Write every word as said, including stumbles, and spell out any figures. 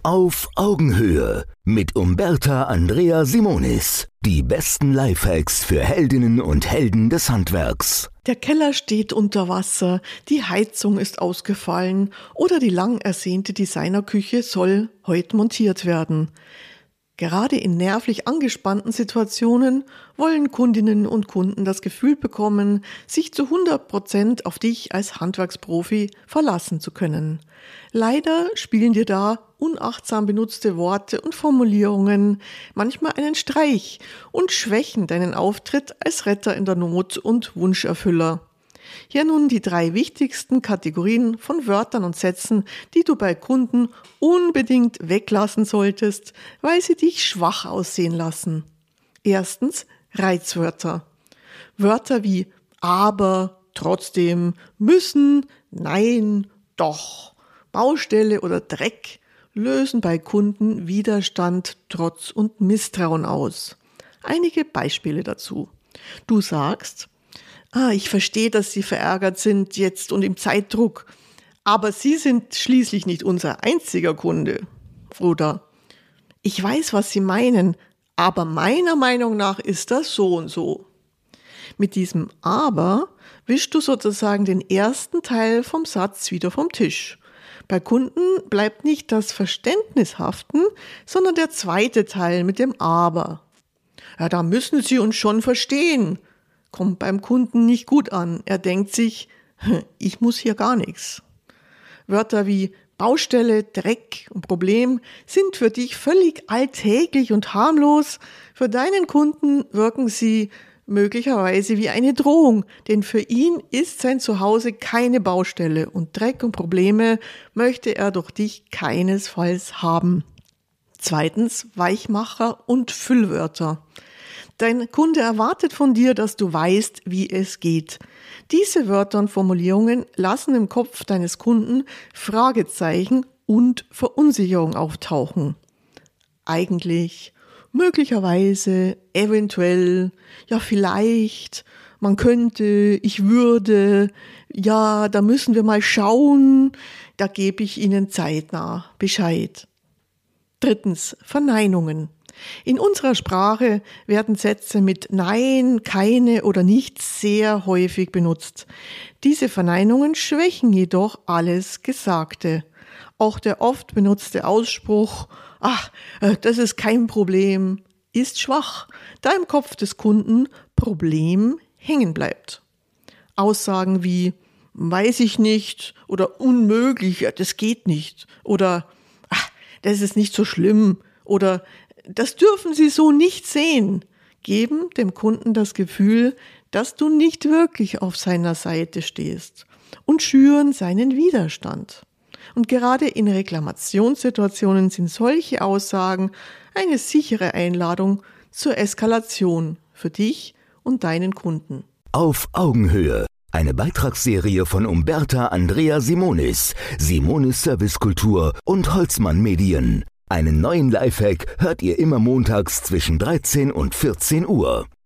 Auf Augenhöhe mit Umberta Andrea Simonis. Die besten Lifehacks für Heldinnen und Helden des Handwerks. Der Keller steht unter Wasser, die Heizung ist ausgefallen oder die lang ersehnte Designerküche soll heute montiert werden. Gerade in nervlich angespannten Situationen wollen Kundinnen und Kunden das Gefühl bekommen, sich zu hundert Prozent auf dich als Handwerksprofi verlassen zu können. Leider spielen dir da unachtsam benutzte Worte und Formulierungen manchmal einen Streich und schwächen deinen Auftritt als Retter in der Not und Wunscherfüller. Hier nun die drei wichtigsten Kategorien von Wörtern und Sätzen, die du bei Kunden unbedingt weglassen solltest, weil sie dich schwach aussehen lassen. Erstens Reizwörter. Wörter wie aber, trotzdem, müssen, nein, doch, Baustelle oder Dreck lösen bei Kunden Widerstand, Trotz und Misstrauen aus. Einige Beispiele dazu. Du sagst: Ah, ich verstehe, dass Sie verärgert sind jetzt und im Zeitdruck, aber Sie sind schließlich nicht unser einziger Kunde. Oder: Ich weiß, was Sie meinen, aber meiner Meinung nach ist das so und so. Mit diesem Aber wischst du sozusagen den ersten Teil vom Satz wieder vom Tisch. Bei Kunden bleibt nicht das Verständnis haften, sondern der zweite Teil mit dem Aber. Ja, da müssen Sie uns schon verstehen. Kommt beim Kunden nicht gut an. Er denkt sich, ich muss hier gar nichts. Wörter wie Baustelle, Dreck und Problem sind für dich völlig alltäglich und harmlos. Für deinen Kunden wirken sie möglicherweise wie eine Drohung, denn für ihn ist sein Zuhause keine Baustelle und Dreck und Probleme möchte er durch dich keinesfalls haben. Zweitens Weichmacher und Füllwörter. Dein Kunde erwartet von dir, dass du weißt, wie es geht. Diese Wörter und Formulierungen lassen im Kopf deines Kunden Fragezeichen und Verunsicherung auftauchen. Eigentlich, möglicherweise, eventuell, ja vielleicht, man könnte, ich würde, ja, da müssen wir mal schauen, da gebe ich Ihnen zeitnah Bescheid. Drittens, Verneinungen. In unserer Sprache werden Sätze mit Nein, keine oder nicht sehr häufig benutzt. Diese Verneinungen schwächen jedoch alles Gesagte. Auch der oft benutzte Ausspruch, ach, das ist kein Problem, ist schwach, da im Kopf des Kunden Problem hängen bleibt. Aussagen wie weiß ich nicht oder unmöglich, das geht nicht oder ach, das ist nicht so schlimm oder das dürfen Sie so nicht sehen, geben dem Kunden das Gefühl, dass du nicht wirklich auf seiner Seite stehst und schüren seinen Widerstand. Und gerade in Reklamationssituationen sind solche Aussagen eine sichere Einladung zur Eskalation für dich und deinen Kunden. Auf Augenhöhe. Eine Beitragsserie von Umberta Andrea Simonis, Simonis Servicekultur und Holzmann Medien. Einen neuen Lifehack hört ihr immer montags zwischen dreizehn und vierzehn Uhr.